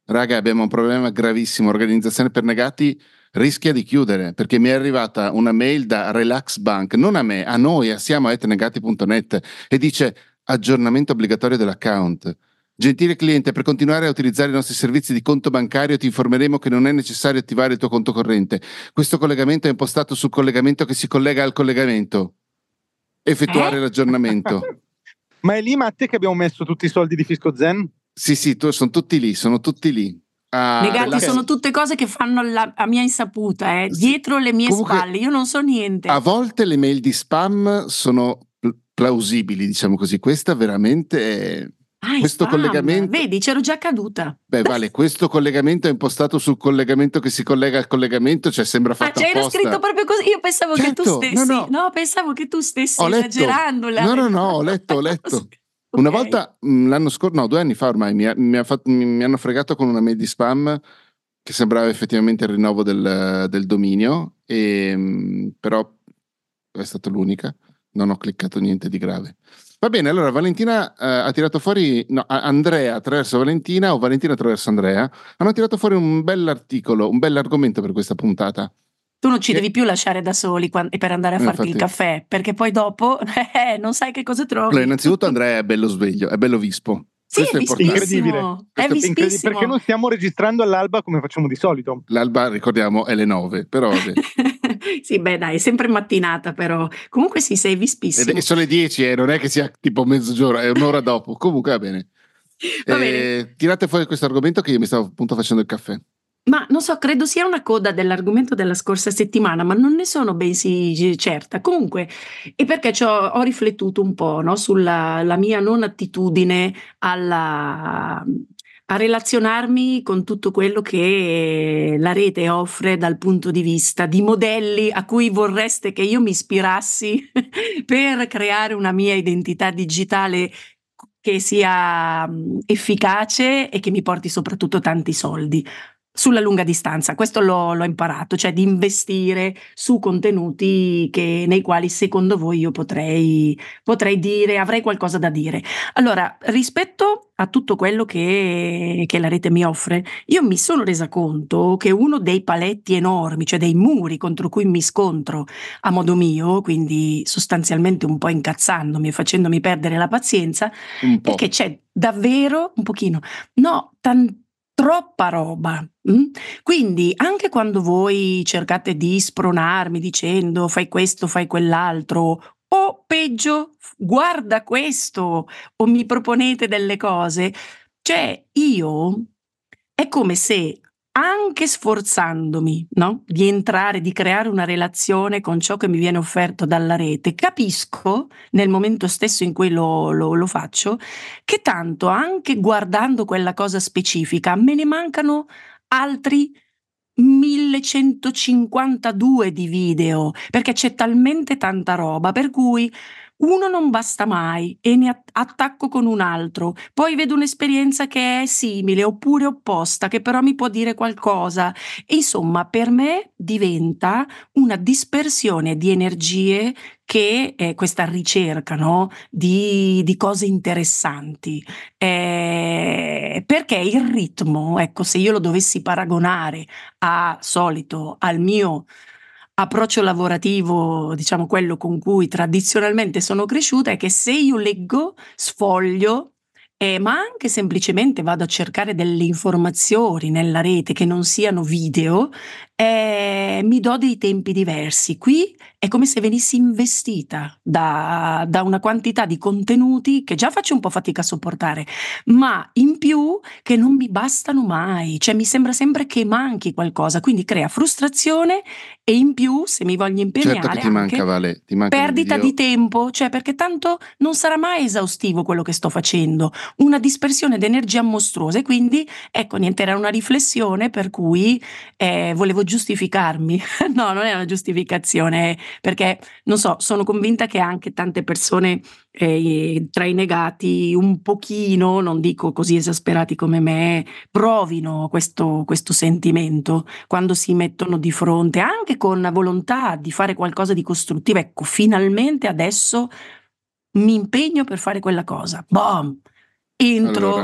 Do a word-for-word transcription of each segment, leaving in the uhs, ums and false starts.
Raga, abbiamo un problema gravissimo. Organizzazione per Negati rischia di chiudere perché mi è arrivata una mail da Relax Bank, non a me, a noi, a siamo at negati punto net, e dice aggiornamento obbligatorio dell'account. Gentile cliente, per continuare a utilizzare i nostri servizi di conto bancario ti informeremo che non è necessario attivare il tuo conto corrente. Questo collegamento è impostato sul collegamento che si collega al collegamento. Effettuare Eh? l'aggiornamento. Ma è lì, Matte, che abbiamo messo tutti i soldi di Fisco Zen? Sì, sì, tu, sono tutti lì, sono tutti lì. Ah, Negati relax- sono tutte cose che fanno la- a mia insaputa, eh, Sì. dietro le mie Comunque, spalle, io non so niente. A volte le mail di spam sono pl- plausibili, diciamo così. Questa veramente è... Ah, è questo spam. collegamento... Vedi, c'ero già caduta. Beh, vale, questo collegamento è impostato sul collegamento che si collega al collegamento, cioè sembra Ah, fatto c'era apposta. scritto proprio così. Io pensavo che tu Certo, stessi. no, no. pensavo che tu stessi Ho letto. esagerando. la- No, no, no, ho letto, ho letto. Una Ok. volta, mh, l'anno scorso, no, due anni fa ormai, mi, ha- mi ha fatto- mi- mi hanno fregato con una mail di spam che sembrava effettivamente il rinnovo del, del dominio, e, mh, però è stata l'unica, non ho cliccato niente di grave. Va bene, allora Valentina eh, ha tirato fuori, no, a- Andrea attraverso Valentina o Valentina attraverso Andrea, hanno tirato fuori un bell'articolo, un bell'argomento per questa puntata. Tu non ci Che- devi più lasciare da soli quan- per andare a Eh, farti il infatti. caffè, perché poi dopo eh, non sai che cosa trovi. Allora, innanzitutto Andrea è bello sveglio, è bello vispo. Sì, Questo è è importante. Incredibile. vispissimo. È Questo è incredibile, vispissimo. perché non stiamo registrando all'alba come facciamo di solito. L'alba, ricordiamo, è le nove, però vabbè. Sì, beh, dai, è sempre mattinata, però. Comunque sì, sei Ed vispissimo. è- sono le dieci, eh, non è che sia tipo mezzogiorno, è un'ora dopo. Comunque va bene. Va Eh, bene. Tirate fuori questo argomento che io mi stavo appunto facendo il caffè. Ma non so, credo sia una coda dell'argomento della scorsa settimana, ma non ne sono ben sì certa. Comunque, e perché ci ho, ho riflettuto un po', no, sulla la mia non attitudine alla, a relazionarmi con tutto quello che la rete offre dal punto di vista di modelli a cui vorreste che io mi ispirassi per creare una mia identità digitale che sia mm, efficace e che mi porti soprattutto tanti soldi sulla lunga distanza. Questo l'ho, l'ho imparato, cioè di investire su contenuti che, nei quali secondo voi io potrei, potrei dire, avrei qualcosa da dire. Allora, rispetto a tutto quello che, che la rete mi offre, io mi sono resa conto che uno dei paletti enormi, cioè dei muri contro cui mi scontro a modo mio, quindi sostanzialmente un po' incazzandomi e facendomi perdere la pazienza, Un po'. perché c'è davvero un pochino, no, tan- troppa roba. mm? Quindi anche quando voi cercate di spronarmi dicendo fai questo, fai quell'altro, o peggio, f- guarda questo, o mi proponete delle cose, cioè io è come se anche sforzandomi, no, di entrare, di creare una relazione con ciò che mi viene offerto dalla rete, capisco nel momento stesso in cui lo, lo- lo faccio che tanto anche guardando quella cosa specifica me ne mancano altri millecentocinquantadue di video, perché c'è talmente tanta roba per cui uno non basta mai e ne at- attacco con un altro, poi vedo un'esperienza che è simile oppure opposta, che però mi può dire qualcosa. E insomma, per me diventa una dispersione di energie che eh, questa ricerca, no, di, di cose interessanti. Eh, perché il ritmo, ecco, se io lo dovessi paragonare a solito al mio approccio lavorativo, diciamo quello con cui tradizionalmente sono cresciuta, è che se io leggo, sfoglio, eh, ma anche semplicemente vado a cercare delle informazioni nella rete che non siano video, eh, mi do dei tempi diversi. Qui è come se venissi investita da, da una quantità di contenuti che già faccio un po' fatica a sopportare, ma in più che non mi bastano mai, cioè mi sembra sempre che manchi qualcosa, quindi crea frustrazione e in più, se mi voglio impegnare, Certo che ti anche manca, Vale, ti mancano i perdita video. di tempo, cioè perché tanto non sarà mai esaustivo quello che sto facendo, una dispersione di energia mostruosa. E quindi, ecco, niente, era una riflessione per cui eh, volevo giustificarmi. No, non è una giustificazione, perché non so, sono convinta che anche tante persone eh, tra i negati un pochino, non dico così esasperati come me, provino questo, questo sentimento quando si mettono di fronte, anche con volontà di fare qualcosa di costruttivo. Ecco, finalmente adesso mi impegno per fare quella cosa. Boom! Entro Allora,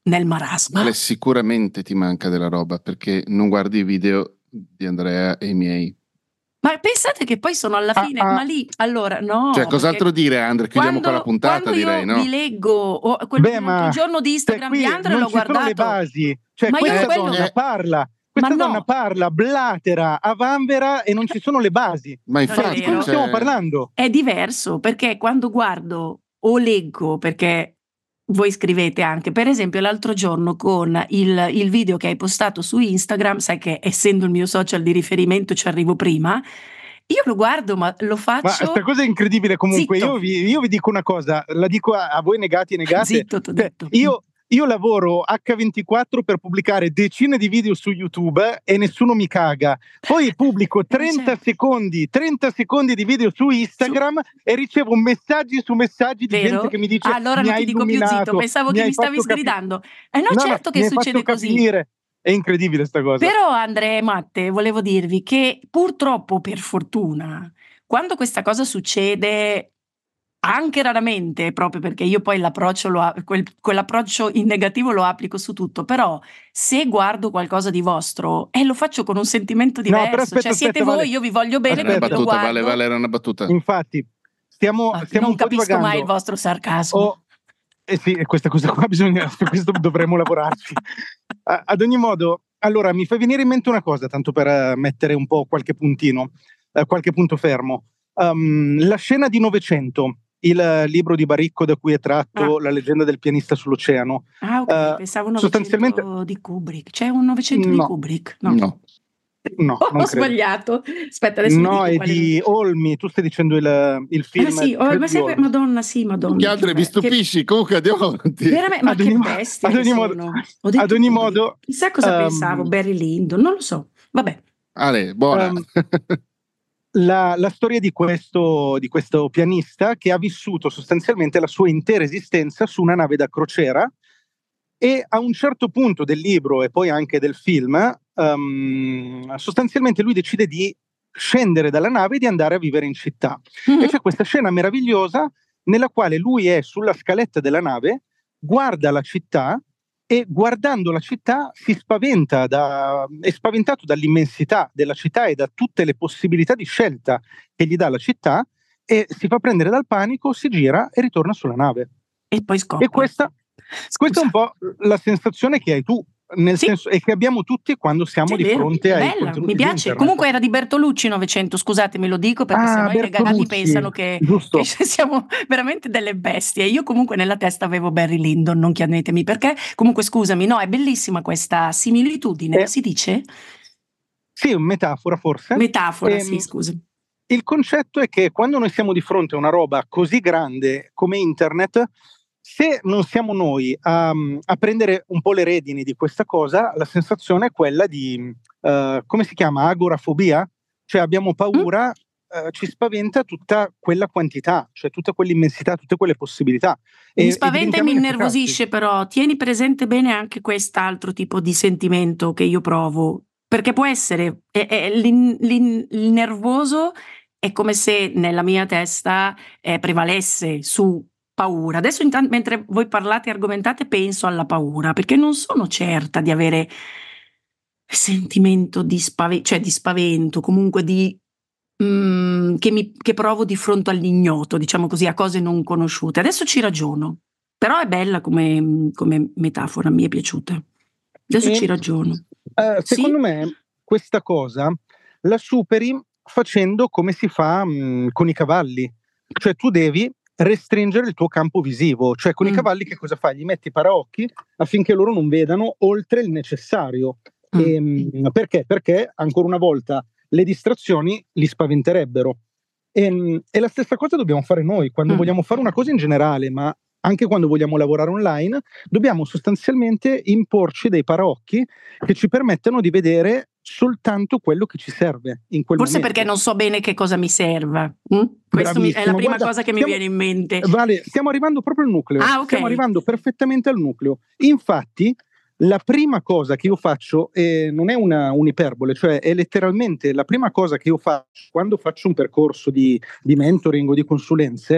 nel marasma. Ale, sicuramente ti manca della roba perché non guardi i video di Andrea e i miei. Ma pensate che poi sono alla fine, Ah, ah. ma lì, allora no. Cioè, cos'altro dire, Andre? Chiudiamo quando, qua la puntata, quando direi, io no? vi leggo o quel Beh, l'altro ma giorno di cioè, Instagram qui di Andre non l'ho ci sono guardato. le basi, cioè Ma io questa quello- donna Eh, parla, questa Ma no. donna parla, blatera, avambera e non ci sono le basi. Ma è infatti, Di cosa vero. stiamo cioè, parlando? È diverso perché quando guardo o leggo, perché voi scrivete anche, per esempio l'altro giorno con il, il video che hai postato su Instagram, sai che essendo il mio social di riferimento ci arrivo prima, io lo guardo ma lo Ma faccio... sta cosa è incredibile comunque. Zitto. Io vi, io vi dico una cosa, la dico a, a voi negati e negate. Zitto, t'ho Cioè, detto. io, io lavoro acca ventiquattro per pubblicare decine di video su YouTube e nessuno mi caga. Poi pubblico trenta certo. secondi, trenta secondi di video su Instagram e ricevo messaggi su messaggi di Vero? gente che mi dice Ah, allora mi non hai ti dico più illuminato, zitto, pensavo mi che hai mi stavi fatto capi- sgridando. Eh no, No, no, certo che mi hai succede fatto così. capire. È incredibile sta cosa. Però Andrea e Matte, volevo dirvi che purtroppo, per fortuna, quando questa cosa succede, anche raramente, proprio perché io poi l'approccio lo, quel, quell'approccio in negativo lo applico su tutto, però se guardo qualcosa di vostro, eh, lo faccio con un sentimento No, diverso, però aspetta, cioè siete aspetta, voi, Vale. io vi voglio bene, era una quindi lo battuta, guardo. vale, vale, era una battuta. Infatti, stiamo, Ah, stiamo non un po' capisco divagando. mai il vostro sarcasmo. Oh, eh sì, questa cosa qua bisogna, su questo dovremmo lavorarci. A- ad ogni modo, allora mi fa venire in mente una cosa, tanto per eh, mettere un po' qualche puntino, eh, qualche punto fermo. Um, la scena di Novecento, il eh, libro di Baricco da cui è tratto Ah. La leggenda del pianista sull'oceano. Ah, ok, Eh, pensavo un sostanzialmente- Novecento di Kubrick. C'è un Novecento di No. Kubrick? No. No. No, Oh, non ho credo. sbagliato. Aspetta, adesso vi No, dico è quale di Olmi, tu stai dicendo il, il film. Ah sì, oh, credo ma di sempre, Olmi. Madonna, sì, Madonna. Che Andre, che mi be- che- stupisci, comunque andiamo avanti. veramente, ma Ad che ogni mo- bestie ad che ogni modo- sono. Ho detto ad ogni Kubrick. modo, Chissà cosa ehm, pensavo, Barry Lyndon, non lo so. Vabbè. Ale, buona. Um, La, la storia di questo, di questo pianista che ha vissuto sostanzialmente la sua intera esistenza su una nave da crociera e a un certo punto del libro e poi anche del film um, sostanzialmente lui decide di scendere dalla nave e di andare a vivere in città. Mhm. E c'è questa scena meravigliosa nella quale lui è sulla scaletta della nave, guarda la città e guardando la città si spaventa, da, è spaventato dall'immensità della città e da tutte le possibilità di scelta che gli dà la città e si fa prendere dal panico, si gira e ritorna sulla nave. E poi scopre. E questa, questa è un po' la sensazione che hai tu, nel Sì. senso, e che abbiamo tutti quando siamo Sì, di è vero, fronte è ai bella, contenuti mi di piace. internet. Comunque era di Bertolucci Novecento, scusatemi, lo dico perché Ah, sennò i negati Bertolucci, pensano che, giusto. che siamo veramente delle bestie. Io comunque nella testa avevo Barry Lyndon, non chiedetemi perché. Comunque scusami, no, è bellissima questa similitudine, Eh, si dice? Sì, metafora forse. Metafora, Ehm, sì, scusa. Il concetto è che quando noi siamo di fronte a una roba così grande come internet, se non siamo noi a, a prendere un po' le redini di questa cosa, la sensazione è quella di, uh, come si chiama, agorafobia? Cioè abbiamo paura, mm. uh, ci spaventa tutta quella quantità, cioè tutta quell'immensità, tutte quelle possibilità. Mi E, spaventa e mi innervosisce, però tieni presente bene anche quest'altro tipo di sentimento che io provo, perché può essere è, è l'in, l'in, il nervoso è come se nella mia testa eh, prevalesse su paura. Adesso intanto, mentre voi parlate e argomentate, penso alla paura, perché non sono certa di avere sentimento di spavento, cioè di spavento, comunque di mm, che, mi, che provo di fronte all'ignoto, diciamo così, a cose non conosciute. Adesso ci ragiono, però è bella come, come metafora, mi è piaciuta. Adesso e, ci ragiono. Uh, secondo sì? me questa cosa la superi facendo come si fa mh, con i cavalli, cioè tu devi restringere il tuo campo visivo, cioè con mm. i cavalli che cosa fai? Gli metti i paraocchi affinché loro non vedano oltre il necessario. Mm. E, mh, perché? Perché ancora una volta le distrazioni li spaventerebbero e, e la stessa cosa dobbiamo fare noi quando mm. vogliamo fare una cosa in generale, ma anche quando vogliamo lavorare online, dobbiamo sostanzialmente imporci dei paraocchi che ci permettano di vedere soltanto quello che ci serve in quel Forse momento. Perché non so bene che cosa mi serva. Mm? Questo mi, è la prima Guarda, cosa che stiamo, mi viene in mente. Vale, stiamo arrivando proprio al nucleo. Ah, okay. Stiamo arrivando perfettamente al nucleo. Infatti, la prima cosa che io faccio eh, non è una un'iperbole, cioè è letteralmente la prima cosa che io faccio quando faccio un percorso di, di mentoring o di consulenze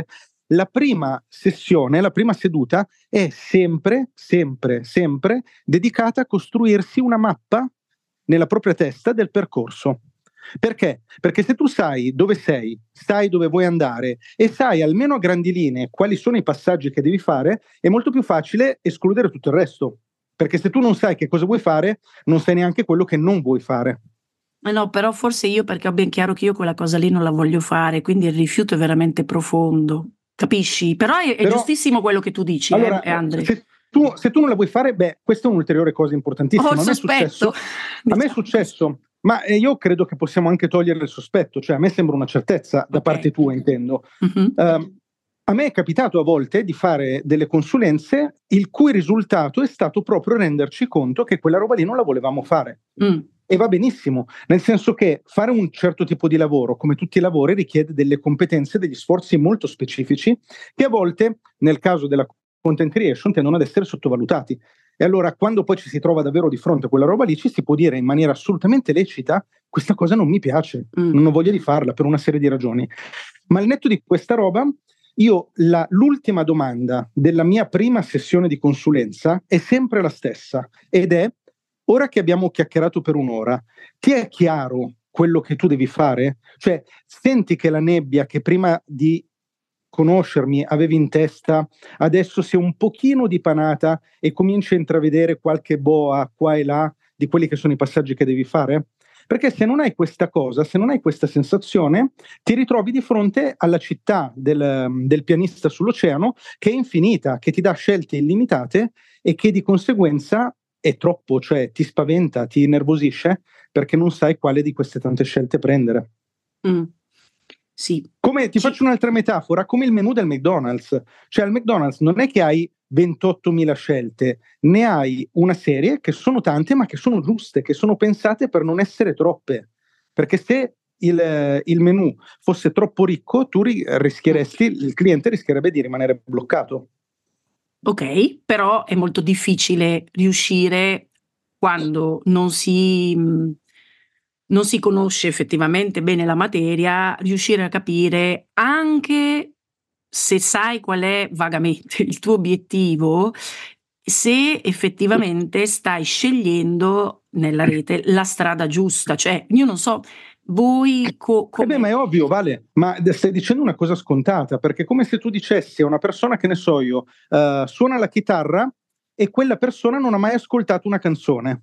la prima sessione, la prima seduta è sempre, sempre, sempre dedicata a costruirsi una mappa nella propria testa del percorso. Perché? Perché se tu sai dove sei, sai dove vuoi andare e sai almeno a grandi linee quali sono i passaggi che devi fare, è molto più facile escludere tutto il resto. Perché se tu non sai che cosa vuoi fare, non sai neanche quello che non vuoi fare. Eh no, però forse io, perché ho ben chiaro che io quella cosa lì non la voglio fare, quindi il rifiuto è veramente profondo, capisci? Però è, è Però, giustissimo quello che tu dici, allora, eh, Andre. se tu, se tu non la vuoi fare, beh, questa è un'ulteriore cosa importantissima. Ho il A me è sospetto. successo, a me è Diciamo successo, ma eh, io credo che possiamo anche togliere il sospetto, cioè a me sembra una certezza da Ok. parte tua, intendo. Mhm. Eh, a me è capitato a volte di fare delle consulenze il cui risultato è stato proprio renderci conto che quella roba lì non la volevamo fare. Mm. E va benissimo, nel senso che fare un certo tipo di lavoro, come tutti i lavori, richiede delle competenze, degli sforzi molto specifici, che a volte, nel caso della content creation, tendono ad essere sottovalutati. E allora, quando poi ci si trova davvero di fronte a quella roba lì, ci si può dire in maniera assolutamente lecita: questa cosa non mi piace, Mm. non ho voglia di farla per una serie di ragioni. Ma al netto di questa roba, io la, l'ultima domanda della mia prima sessione di consulenza è sempre la stessa, ed è: ora che abbiamo chiacchierato per un'ora, ti è chiaro quello che tu devi fare? Cioè, senti che la nebbia che prima di conoscermi avevi in testa, adesso si è un pochino dipanata e cominci a intravedere qualche boa qua e là di quelli che sono i passaggi che devi fare? Perché se non hai questa cosa, se non hai questa sensazione, ti ritrovi di fronte alla città del, del pianista sull'oceano, che è infinita, che ti dà scelte illimitate e che di conseguenza è troppo, cioè ti spaventa, ti innervosisce, perché non sai quale di queste tante scelte prendere. Mm. Sì. Come, ti Sì. faccio un'altra metafora, come il menù del McDonald's. Cioè al McDonald's non è che hai ventottomila scelte, ne hai una serie che sono tante, ma che sono giuste, che sono pensate per non essere troppe. Perché se il, il menù fosse troppo ricco, tu ri- rischieresti, il cliente rischierebbe di rimanere bloccato. Ok, però è molto difficile riuscire, quando non si, mh, non si conosce effettivamente bene la materia, riuscire a capire, anche se sai qual è vagamente il tuo obiettivo, se effettivamente stai scegliendo nella rete la strada giusta. Cioè, io non so, voi co- Eh beh, come... ma è ovvio, Vale, ma stai dicendo una cosa scontata, perché è come se tu dicessi a una persona, che ne so io, uh, suona la chitarra e quella persona non ha mai ascoltato una canzone.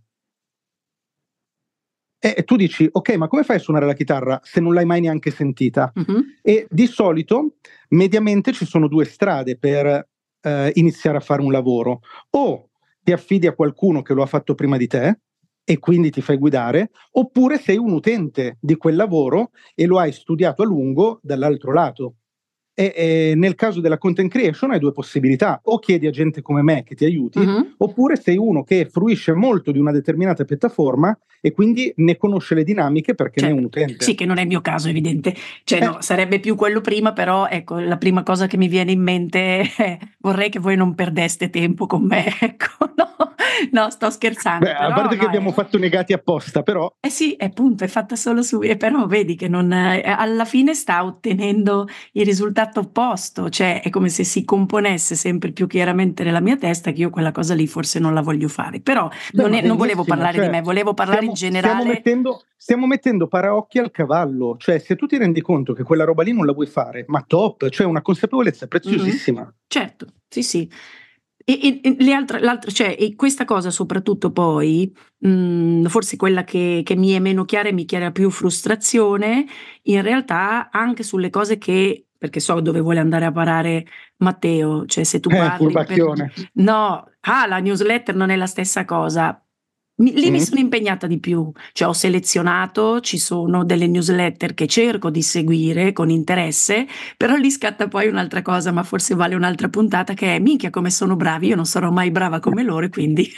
E, e tu dici, ok, ma come fai a suonare la chitarra se non l'hai mai neanche sentita? Mhm. E di solito, mediamente, ci sono due strade per uh, iniziare a fare un lavoro. O ti affidi a qualcuno che lo ha fatto prima di te, e quindi ti fai guidare, oppure sei un utente di quel lavoro e lo hai studiato a lungo dall'altro lato. E, e nel caso della content creation hai due possibilità: o chiedi a gente come me che ti aiuti, Mhm. oppure sei uno che fruisce molto di una determinata piattaforma e quindi ne conosce le dinamiche perché ne è un Certo. utente. Sì, che non è il mio caso, evidente. Cioè, Eh. no, sarebbe più quello prima, però ecco, la prima cosa che mi viene in mente è: vorrei che voi non perdeste tempo con me. Ecco, no, no, sto scherzando. Beh, a però, parte che no, abbiamo è- fatto negati apposta, però Eh sì, è appunto, è fatta solo su, e però vedi che non, eh, alla fine sta ottenendo il risultato opposto, cioè è come se si componesse sempre più chiaramente nella mia testa che io quella cosa lì forse non la voglio fare. Però beh, non, ma è- non volevo benissimo, parlare di cioè, me, volevo parlare in stiamo, stiamo generale. mettendo, stiamo mettendo paraocchi al cavallo. Cioè, se tu ti rendi conto che quella roba lì non la vuoi fare, ma top, cioè una consapevolezza Mhm. preziosissima. Certo, sì, sì. E, e- e le altre, l'altra, cioè, e questa cosa soprattutto poi, mh, forse quella che, che mi è meno chiara e mi chiara più frustrazione, in realtà anche sulle cose che, perché so dove vuole andare a parare Matteo, cioè se tu Eh, parli per... furbacchione. No, ah, la newsletter non è la stessa cosa. Mi- lì mi Mm. sono impegnata di più, cioè ho selezionato, ci sono delle newsletter che cerco di seguire con interesse, però lì scatta poi un'altra cosa, ma forse vale un'altra puntata, che è: minchia come sono bravi, io non sarò mai brava come loro e quindi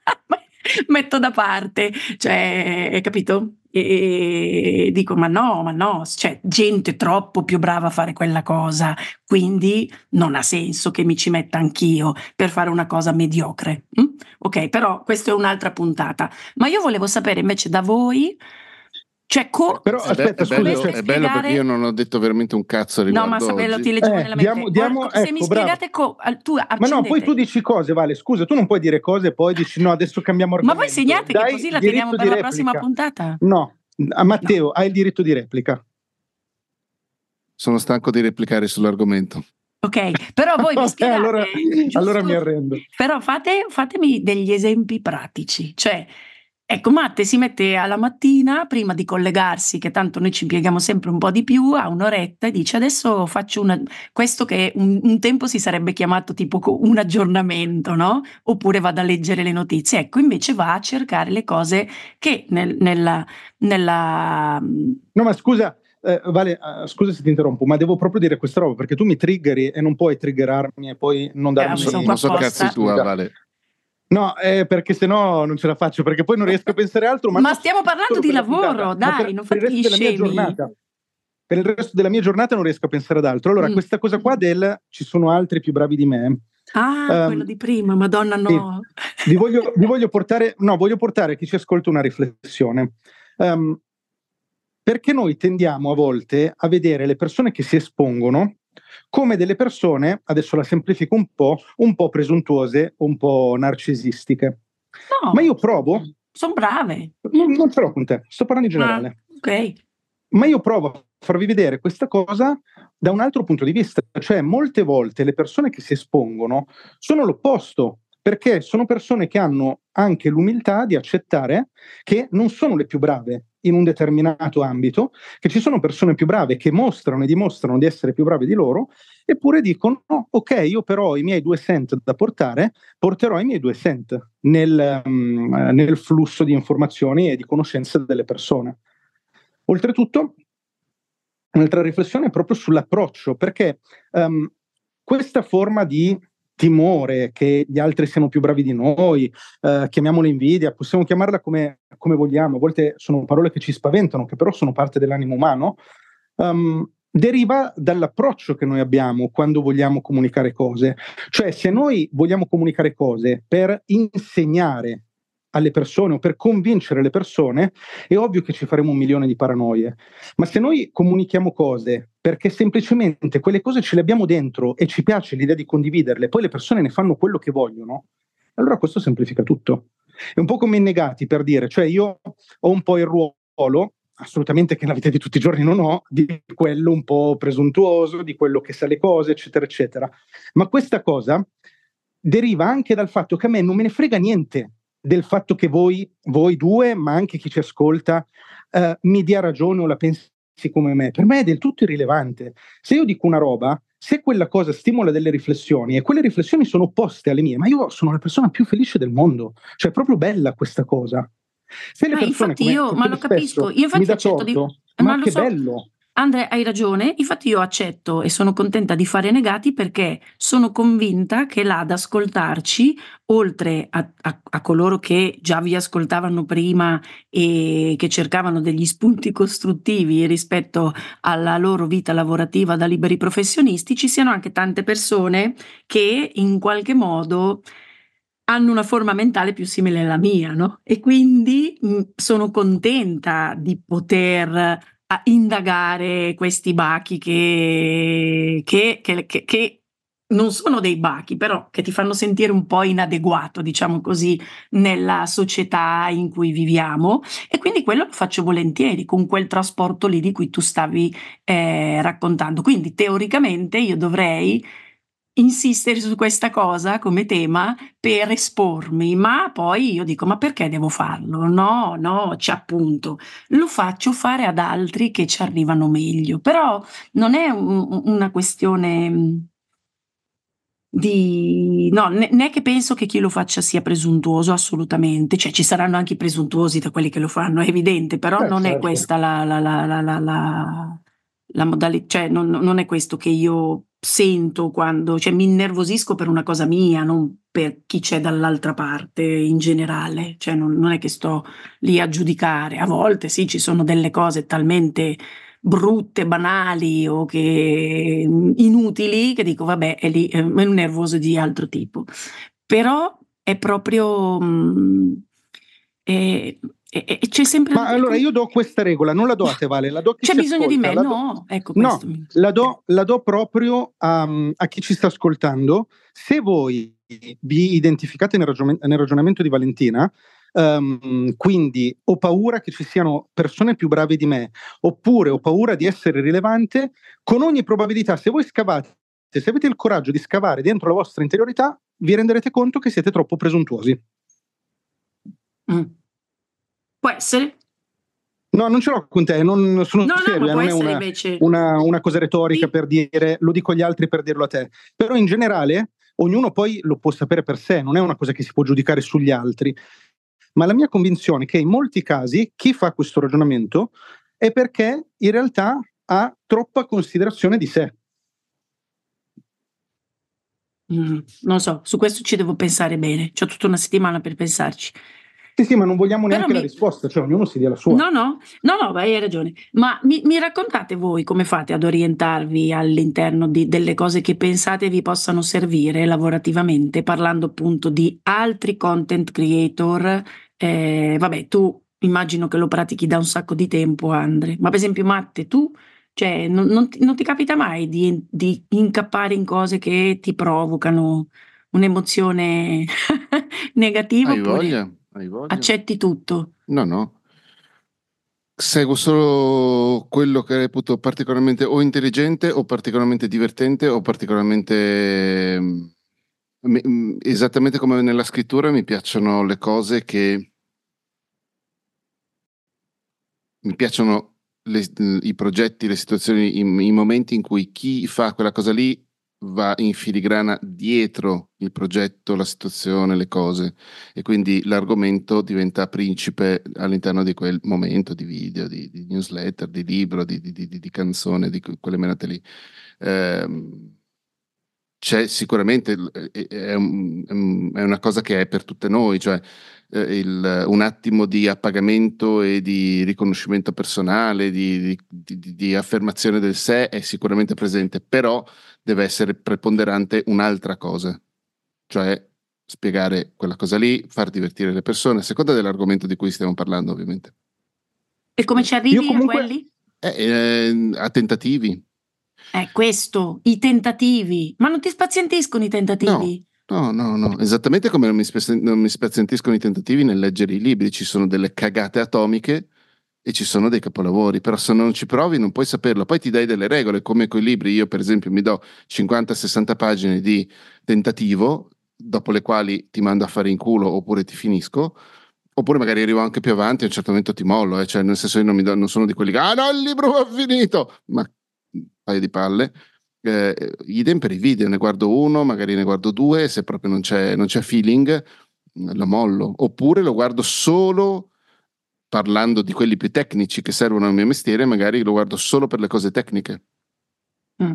metto da parte, cioè, hai capito? E dico: ma no, ma no, c'è gente troppo più brava a fare quella cosa, quindi non ha senso che mi ci metta anch'io per fare una cosa mediocre. Mm? Ok, però questa è un'altra puntata. Ma io volevo sapere invece da voi, Cioè, co- Però È, be- aspetta, è bello, scusa, doveste cioè, è bello perché spiegare. io non ho detto veramente un cazzo No, riguardo ma sapello, oggi. ti leggevo eh, nella mente. diamo, Vol- diamo, se mi ecco, bravo. spiegate, co- al- tu Ma no, poi accendete. tu dici cose, Vale, scusa, tu non puoi dire cose e poi dici no, adesso cambiamo Ma voi argomento. segnate che Dai così il la teniamo diritto per di la prossima replica. puntata? No, a No. Matteo, hai il diritto di replica. Sono stanco di replicare sull'argomento. Ok, però voi mi Vabbè, spiegate, allora, giusto? allora mi arrendo. Però fate, fatemi degli esempi pratici. Cioè, ecco, Matte si mette alla mattina, prima di collegarsi, che tanto noi ci impieghiamo sempre un po' di più, a un'oretta e dice adesso faccio una, questo che un, un tempo si sarebbe chiamato tipo co- un aggiornamento, no? Oppure vado a leggere le notizie. Ecco, invece va a cercare le cose che nel- nella, nella No, ma scusa, eh, Vale, eh, scusa se ti interrompo, ma devo proprio dire questa roba perché tu mi triggeri e non puoi triggerarmi e poi non Eh, darmi vabbè, So- sono non qua so cazzi apposta. tua, scusa. Vale. No, eh, perché sennò non ce la faccio, perché poi non riesco a pensare altro, ma Ma non stiamo parlando solo di per la puntata, lavoro, ma dai, per, non per il fate resto gli della mia scemi. giornata. Per il resto della mia giornata non riesco a pensare ad altro. Allora, Mm. questa cosa qua del ci sono altri più bravi di me. Ah, ehm, quello di prima, Madonna sì, no. vi voglio, vi voglio portare, no, voglio portare a chi ci ascolta una riflessione. Ehm, perché noi tendiamo a volte a vedere le persone che si espongono come delle persone, adesso la semplifico un po', un po' presuntuose, un po' narcisistiche. No, Ma io provo, sono brave. non, non ce l'ho con te, sto parlando in Ah, generale, ok. ma io provo a farvi vedere questa cosa da un altro punto di vista, cioè molte volte le persone che si espongono sono l'opposto, perché sono persone che hanno anche l'umiltà di accettare che non sono le più brave in un determinato ambito, che ci sono persone più brave che mostrano e dimostrano di essere più brave di loro, eppure dicono no, ok, io però ho i miei due cent da portare, porterò i miei due cent nel, um, nel flusso di informazioni e di conoscenze delle persone. Oltretutto, un'altra riflessione è proprio sull'approccio, perché um, questa forma di timore che gli altri siano più bravi di noi, eh, chiamiamola invidia, possiamo chiamarla come, come vogliamo, a volte sono parole che ci spaventano, che però sono parte dell'animo umano, um, deriva dall'approccio che noi abbiamo quando vogliamo comunicare cose. Cioè, se noi vogliamo comunicare cose per insegnare alle persone o per convincere le persone, è ovvio che ci faremo un milione di paranoie. Ma se noi comunichiamo cose perché semplicemente quelle cose ce le abbiamo dentro e ci piace l'idea di condividerle, poi le persone ne fanno quello che vogliono, allora questo semplifica tutto. È un po' come i negati, per dire, cioè io ho un po' il ruolo, assolutamente che nella vita di tutti i giorni non ho, di quello un po' presuntuoso, di quello che sa le cose, eccetera, eccetera. Ma questa cosa deriva anche dal fatto che a me non me ne frega niente del fatto che voi, voi due, ma anche chi ci ascolta, eh, mi dia ragione o la pensi come me. Per me è del tutto irrilevante. Se io dico una roba, se quella cosa stimola delle riflessioni e quelle riflessioni sono opposte alle mie, ma io sono la persona più felice del mondo. Cioè è proprio bella questa cosa. Se le Ma persone, infatti come io, ma succede lo capisco, spesso, io infatti mi dà accetto di... torto, Ma ma lo che so, bello. Andre, hai ragione, infatti io accetto e sono contenta di fare negati perché sono convinta che là ad ascoltarci, oltre a, a- a coloro che già vi ascoltavano prima e che cercavano degli spunti costruttivi rispetto alla loro vita lavorativa da liberi professionisti, ci siano anche tante persone che in qualche modo hanno una forma mentale più simile alla mia, no? E quindi mh, sono contenta di poter a indagare questi bachi che, che, che, che, che non sono dei bachi, però che ti fanno sentire un po' inadeguato, diciamo così, nella società in cui viviamo. E quindi quello lo faccio volentieri con quel trasporto lì di cui tu stavi eh, raccontando. Quindi teoricamente io dovrei insistere su questa cosa come tema per espormi, ma poi io dico: ma perché devo farlo? No, no, ci appunto, lo faccio fare ad altri che ci arrivano meglio, però non è un- una questione mh, di no, né, né che penso che chi lo faccia sia presuntuoso, assolutamente, cioè ci saranno anche i presuntuosi tra quelli che lo fanno, è evidente, però Beh, non è certo. questa la, la, la, la, la, la, la modalità, cioè non, non è questo che io sento quando, cioè mi innervosisco per una cosa mia, non per chi c'è dall'altra parte in generale, cioè non, non è che sto lì a giudicare, a volte sì, ci sono delle cose talmente brutte, banali o che inutili, che dico vabbè, è lì, è un nervoso di altro tipo. Però è proprio mh, E, e, e c'è sempre... Ma allora io do questa regola, non la do a te Vale, la do a chi c'è ci bisogno di ascolta, me? la do- No, ecco No, questo. mi- la do, la do proprio a, a chi ci sta ascoltando. Se voi vi identificate nel, ragion- nel ragionamento di Valentina, ehm, quindi ho paura che ci siano persone più brave di me, oppure ho paura di essere rilevante, con ogni probabilità, se voi scavate, se avete il coraggio di scavare dentro la vostra interiorità, vi renderete conto che siete troppo presuntuosi. Mm. Può essere? No, non ce l'ho con te, non sono No, no, serio, ma eh, può non è essere una, invece... una, una cosa retorica Sì. per dire lo dico agli altri per dirlo a te. Però in generale ognuno poi lo può sapere per sé, non è una cosa che si può giudicare sugli altri. Ma la mia convinzione è che in molti casi chi fa questo ragionamento è perché in realtà ha troppa considerazione di sé. Mm, non so, su questo ci devo pensare bene. C'ho tutta una settimana per pensarci. Sì, sì, ma non vogliamo Però neanche la mi- risposta, cioè ognuno si dia la sua. No, no, no, no, beh, hai ragione. Ma mi, mi raccontate voi come fate ad orientarvi all'interno di- delle cose che pensate vi possano servire lavorativamente, parlando appunto di altri content creator. Eh, vabbè, tu immagino che lo pratichi da un sacco di tempo, Andre, ma per esempio Matte, tu, cioè, non, non ti, non ti capita mai di, di incappare in cose che ti provocano un'emozione negativa Hai oppure voglia? Hai voglia? accetti tutto? No, no. Seguo solo quello che reputo particolarmente o intelligente o particolarmente divertente o particolarmente... mm, mi- mm, esattamente come nella scrittura mi piacciono le cose che... Mi piacciono le- i progetti, le situazioni, i, i momenti in cui chi fa quella cosa lì va in filigrana dietro il progetto, la situazione, le cose e quindi l'argomento diventa principe all'interno di quel momento di video, di, di newsletter, di libro, di, di, di, di canzone, di que- quelle menate lì. Ehm, c'è sicuramente, è, è un- è una cosa che è per tutte noi, cioè eh, il- un attimo di appagamento e di riconoscimento personale, di, di- di- di affermazione del sé è sicuramente presente, però deve essere preponderante un'altra cosa, cioè spiegare quella cosa lì, far divertire le persone, a seconda dell'argomento di cui stiamo parlando, ovviamente. E come ci Io arrivi a comunque, quelli? Eh, eh, a tentativi. È questo, i tentativi. Ma non ti spazientiscono i No, tentativi? no, no, no, esattamente come non mi, spe- non mi spazientiscono i tentativi nel leggere i libri, ci sono delle cagate atomiche e ci sono dei capolavori, però se non ci provi non puoi saperlo, poi ti dai delle regole, come con i libri, io per esempio mi do cinquanta sessanta pagine di tentativo, dopo le quali ti mando a fare in culo oppure ti finisco, oppure magari arrivo anche più avanti e a un certo momento ti mollo, eh, cioè nel senso io non, mi do- non sono di quelli che, ah no, il libro va finito, ma un paio di palle. Eh, idem per i video, ne guardo uno, magari ne guardo due, se proprio non c'è, non c'è feeling, lo mollo. Oppure lo guardo solo parlando di quelli più tecnici che servono al mio mestiere, magari lo guardo solo per le cose tecniche. Mm.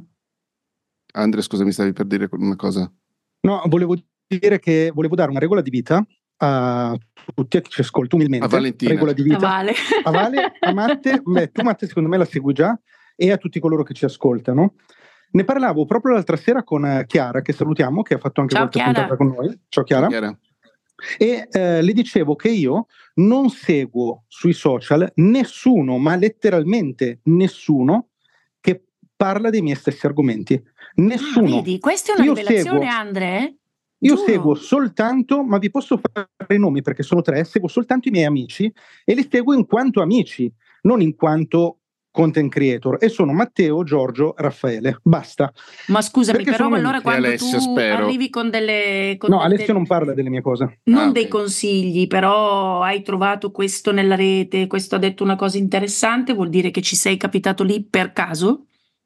Andre, scusa, mi stavi per dire una cosa? no, volevo dire che volevo dare una regola di vita a tutti a chi ci ascolta umilmente. A Valentina. Regola di Ah, vita. vale. A Vale, a Matte, beh, tu Matte secondo me la segui già, e a tutti coloro che ci ascoltano. Ne parlavo proprio l'altra sera con eh, Chiara, che salutiamo, che ha fatto anche Ciao, qualche Chiara. puntata con noi. Ciao Chiara. Ciao, Chiara. E eh, le dicevo che io non seguo sui social nessuno, ma letteralmente nessuno, che parla dei miei stessi argomenti. Ah, Nessuno. vedi, questa è una Io rivelazione, seguo- Andre? Io Giuro. seguo soltanto, ma vi posso fare i nomi perché sono tre, seguo soltanto i miei amici e li seguo in quanto amici, non in quanto content creator, e sono Matteo, Giorgio, Raffaele. Basta. Ma scusami, Perché però sono allora amici. quando Alessio, tu spero. arrivi con delle... con No, delle- Alessio non parla delle mie cose. non Ah, dei ok. consigli, però hai trovato questo nella rete, questo ha detto una cosa interessante, vuol dire che ci sei capitato lì per caso?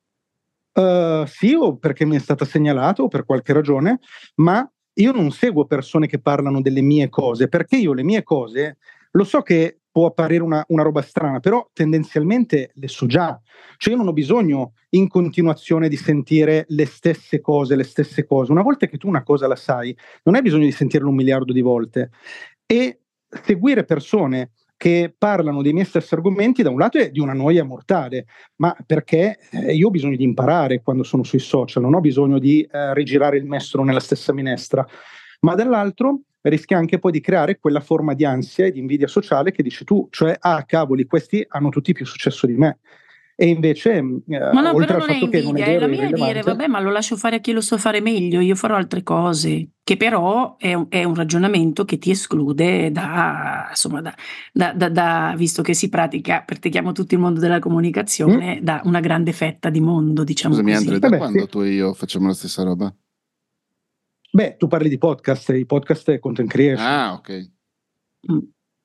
Uh, sì, o perché mi è stata segnalato o per qualche ragione, ma io non seguo persone che parlano delle mie cose, perché io le mie cose, lo so che può apparire una, una roba strana, però tendenzialmente le so già. Cioè io non ho bisogno in continuazione di sentire le stesse cose, le stesse cose. Una volta che tu una cosa la sai, non hai bisogno di sentirla un miliardo di volte. E seguire persone che parlano dei miei stessi argomenti, da un lato è di una noia mortale, ma perché eh, io ho bisogno di imparare quando sono sui social, non ho bisogno di eh, rigirare il mestolo nella stessa minestra, ma dall'altro rischia anche poi di creare quella forma di ansia e di invidia sociale che dici tu, cioè ah cavoli, questi hanno tutti più successo di me. E invece, eh, Ma no, oltre però al non è fatto che non è invidia, eh, vero, la è mia è dire, irrilevante, vabbè, ma lo lascio fare a chi lo so fare meglio, io farò altre cose, che però è un, è un ragionamento che ti esclude da, insomma, da, da, da- da- visto che si pratica, pratichiamo tutto il mondo della mm? comunicazione, da una grande fetta di mondo, diciamo Scusami Andre, così. da Vabbè, quando sì. tu e io facciamo la stessa roba? Beh, tu parli di podcast, i podcast è content creation. Ah, ok. Mm.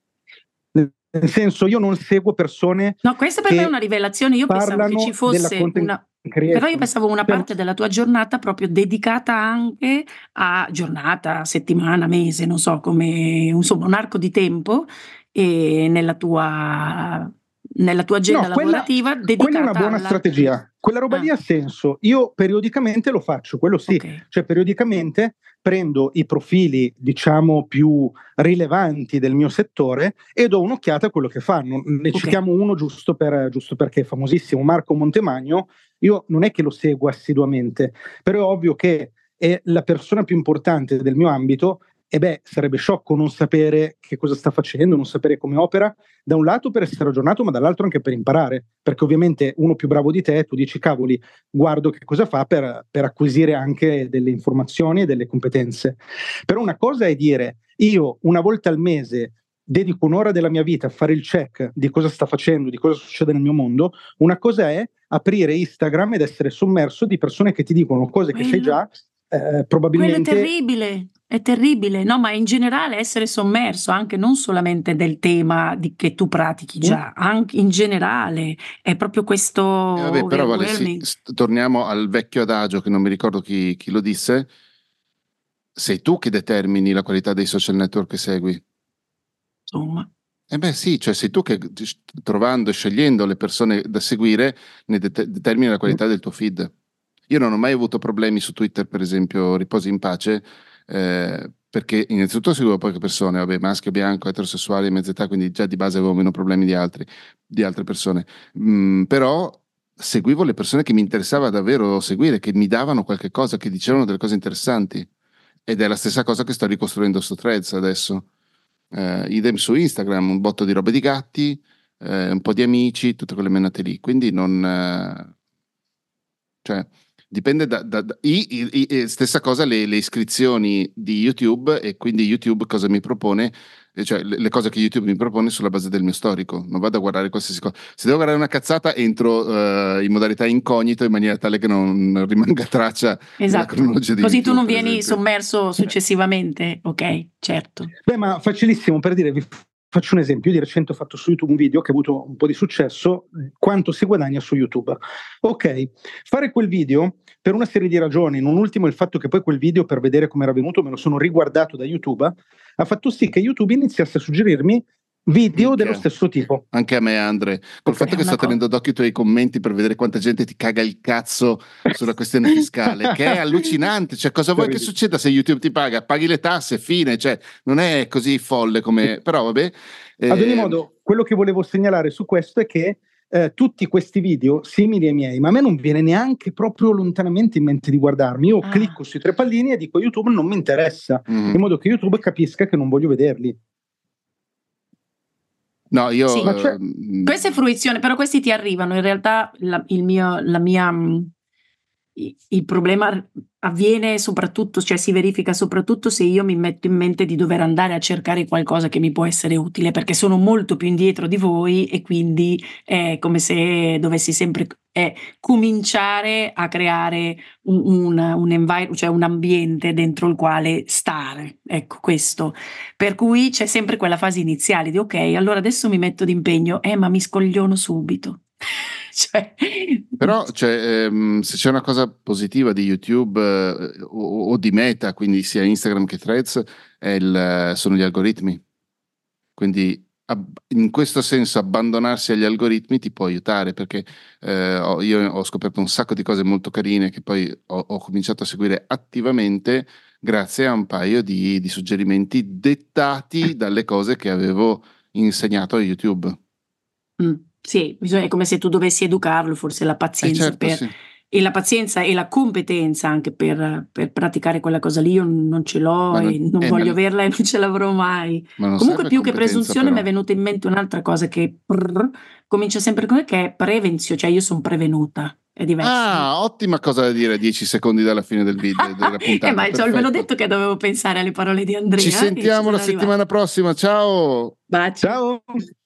Nel senso, io non seguo persone No, questa per me è una che rivelazione. Io pensavo che ci parlano della fosse content una, però io creation. pensavo una Cioè, parte della tua giornata proprio dedicata anche a giornata, settimana, mese, non so, come insomma un arco di tempo e nella tua, nella tua agenda no, quella, lavorativa quella è una dedicata buona alla... strategia. Quella roba Ah, lì ha senso. Io periodicamente lo faccio, quello sì. ok, Cioè, periodicamente prendo i profili, diciamo, più rilevanti del mio settore e do un'occhiata a quello che fanno. Ne ok. citiamo uno giusto, per, giusto perché è famosissimo, Marco Montemagno. Io non è che lo seguo assiduamente, però è ovvio che è la persona più importante del mio ambito e beh, sarebbe sciocco non sapere che cosa sta facendo, non sapere come opera, da un lato per essere aggiornato, ma dall'altro anche per imparare, perché ovviamente uno più bravo di te, tu dici cavoli, guardo che cosa fa per, per acquisire anche delle informazioni e delle competenze. Però una cosa è dire, io una volta al mese dedico un'ora della mia vita a fare il check di cosa sta facendo, di cosa succede nel mio mondo, una cosa è aprire Instagram ed essere sommerso di persone che ti dicono cose che sai Quello, già, eh, quello è probabilmente... terribile, è terribile, no, ma in generale essere sommerso anche non solamente del tema di, che tu pratichi Mm? già, anche in generale è proprio questo E vabbè, però vale, sì, overwhelming, st- torniamo al vecchio adagio che non mi ricordo chi, chi lo disse. Sei tu che determini la qualità dei social network che segui. insomma. Eh beh sì, cioè sei tu che trovando e scegliendo le persone da seguire ne det- determini la qualità del tuo feed. Io non ho mai avuto problemi su Twitter, per esempio, riposi in pace, eh, perché innanzitutto seguivo poche persone, vabbè, maschio, bianco, eterosessuali, mezza età, quindi già di base avevo meno problemi di altri, di altre persone. Mm, però seguivo le persone che mi interessava davvero seguire, che mi davano qualche cosa, che dicevano delle cose interessanti. Ed è la stessa cosa che sto ricostruendo su Threads adesso. Eh, idem su Instagram, un botto di robe di gatti, eh, un po' di amici, tutte quelle menate lì. Quindi non... eh, cioè, dipende da... da- da- i- i- i- stessa cosa le, le iscrizioni di YouTube e quindi YouTube cosa mi propone, eh, cioè le, le cose che YouTube mi propone sulla base del mio storico. Non vado a guardare qualsiasi cosa. Se devo guardare una cazzata entro eh, in modalità incognito in maniera tale che non rimanga traccia della Esatto, cronologia di così tu YouTube, non per vieni esempio. sommerso successivamente, ok, certo. Beh, ma facilissimo per dire, vi faccio un esempio. Io di recente ho fatto su YouTube un video che ha avuto un po' di successo, quanto si guadagna su YouTube. Ok, fare quel video per una serie di ragioni, non ultimo il fatto che poi quel video, per vedere come era venuto, me lo sono riguardato da YouTube, ha fatto sì che YouTube iniziasse a suggerirmi video dello Minchia. stesso tipo. Anche a me, Andre, col Ok. fatto È che sto una cosa. tenendo d'occhio i tuoi commenti per vedere quanta gente ti caga il cazzo sulla questione fiscale, che è allucinante. Cioè, cosa vuoi che Terribile. succeda se YouTube ti paga? Paghi le tasse, fine. Cioè, non è così folle come... Però, vabbè. Ad ogni eh, modo, quello che volevo segnalare su questo è che eh, tutti questi video simili ai miei, ma a me non viene neanche proprio lontanamente in mente di guardarmi. Io Ah, clicco sui tre pallini e dico YouTube non mi interessa, mhm. in modo che YouTube capisca che non voglio vederli. No, io... Ma sì, c'è, eh, questa è fruizione, però questi ti arrivano. In realtà la, il mio, la mia, mh, i- il problema avviene soprattutto, cioè si verifica soprattutto se io mi metto in mente di dover andare a cercare qualcosa che mi può essere utile, perché sono molto più indietro di voi e quindi è come se dovessi sempre eh, cominciare a creare un, un, un envir- cioè un ambiente dentro il quale stare. Ecco questo. Per cui c'è sempre quella fase iniziale di ok, allora adesso mi metto d'impegno, eh, ma mi scogliono subito. Cioè, Però cioè, ehm, se c'è una cosa positiva di YouTube eh, o, o di Meta, quindi sia Instagram che Threads, è il- sono gli algoritmi. Quindi ab- in questo senso abbandonarsi agli algoritmi ti può aiutare perché eh, ho- io ho scoperto un sacco di cose molto carine che poi ho, ho cominciato a seguire attivamente grazie a un paio di, di suggerimenti dettati dalle cose che avevo insegnato a YouTube. Mm, sì, bisogna, è come se tu dovessi educarlo, forse la Eh pazienza certo, per sì. e la pazienza e la competenza anche per, per praticare quella cosa lì io non ce l'ho Ma non- e non eh, voglio ma- averla e non ce l'avrò mai. Ma non Comunque serve più che competenza, presunzione mi è però. venuta in mente un'altra cosa che prr, comincia sempre con che è prevenzione, cioè io sono prevenuta, è diverso. Ah, ottima cosa da dire dieci secondi dalla fine del video, della puntata. eh, ma ci ho almeno perfetto. detto che dovevo pensare alle parole di Andrea. Ci e sentiamo sono la arrivata. settimana prossima, ciao! Baci. Ciao!